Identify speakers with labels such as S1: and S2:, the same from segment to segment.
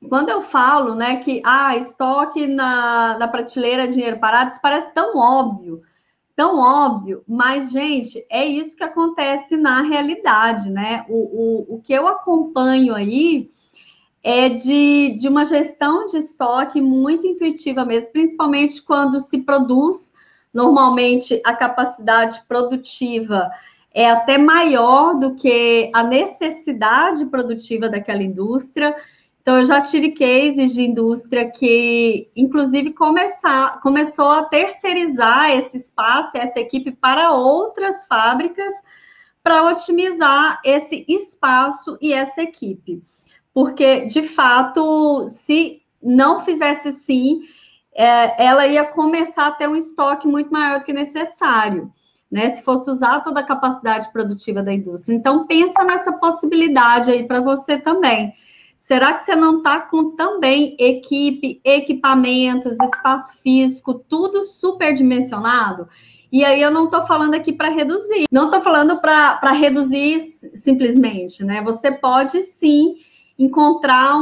S1: quando eu falo, né, que estoque na prateleira, dinheiro parado, isso parece tão óbvio, mas, gente, é isso que acontece na realidade, né? O que eu acompanho aí é de uma gestão de estoque muito intuitiva mesmo, principalmente quando se produz, normalmente a capacidade produtiva é até maior do que a necessidade produtiva daquela indústria. Então, eu já tive cases de indústria que, inclusive, começou a terceirizar esse espaço, essa equipe para outras fábricas, para otimizar esse espaço e essa equipe. Porque, de fato, se não fizesse assim, ela ia começar a ter um estoque muito maior do que necessário, né? Se fosse usar toda a capacidade produtiva da indústria. Então, pensa nessa possibilidade aí para você também. Será que você não está com também equipe, equipamentos, espaço físico, tudo superdimensionado? E aí eu não estou falando aqui para reduzir, não estou falando para reduzir simplesmente, né? Você pode sim encontrar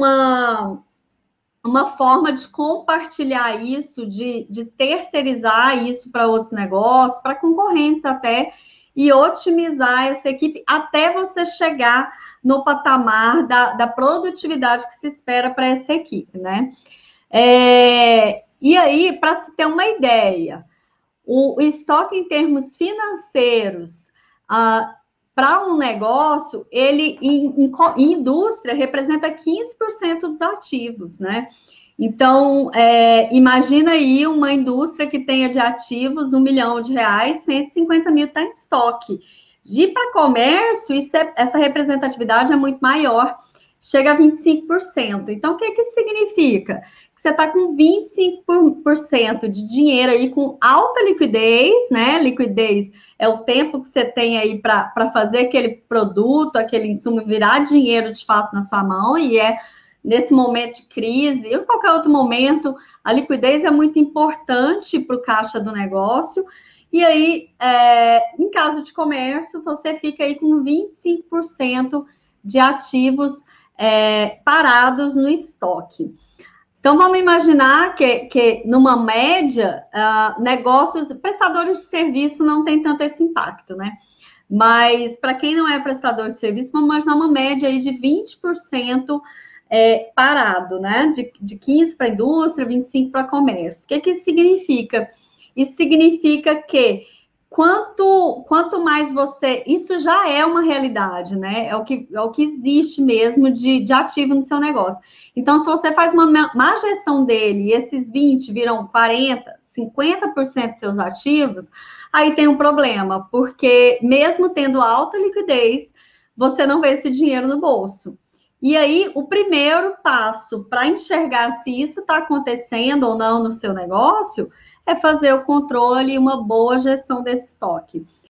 S1: uma forma de compartilhar isso, de terceirizar isso para outros negócios, para concorrentes até, e otimizar essa equipe até você chegar no patamar da produtividade que se espera para essa equipe, né? E aí, para se ter uma ideia, o estoque em termos financeiros, para um negócio, ele em indústria representa 15% dos ativos, né? Então, imagina aí uma indústria que tenha de ativos R$ 1 milhão, 150 mil está em estoque. E para comércio, essa representatividade é muito maior, chega a 25%. Então, o que isso significa? Que você está com 25% de dinheiro aí com alta liquidez, né? Liquidez é o tempo que você tem aí para fazer aquele produto, aquele insumo virar dinheiro de fato na sua mão, e nesse momento de crise, ou em qualquer outro momento, a liquidez é muito importante para o caixa do negócio. E aí, em caso de comércio, você fica aí com 25% de ativos parados no estoque. Então, vamos imaginar que numa média, negócios, prestadores de serviço não tem tanto esse impacto, né? Mas, para quem não é prestador de serviço, vamos imaginar uma média aí de 20% parado, né? De 15% para a indústria, 25% para comércio. O que isso significa? Isso significa que quanto mais você... Isso já é uma realidade, né? É o que existe mesmo de ativo no seu negócio. Então, se você faz uma má gestão dele e esses 20 viram 40%, 50% dos seus ativos, aí tem um problema, porque mesmo tendo alta liquidez, você não vê esse dinheiro no bolso. E aí, o primeiro passo para enxergar se isso está acontecendo ou não no seu negócio é fazer o controle e uma boa gestão desse estoque.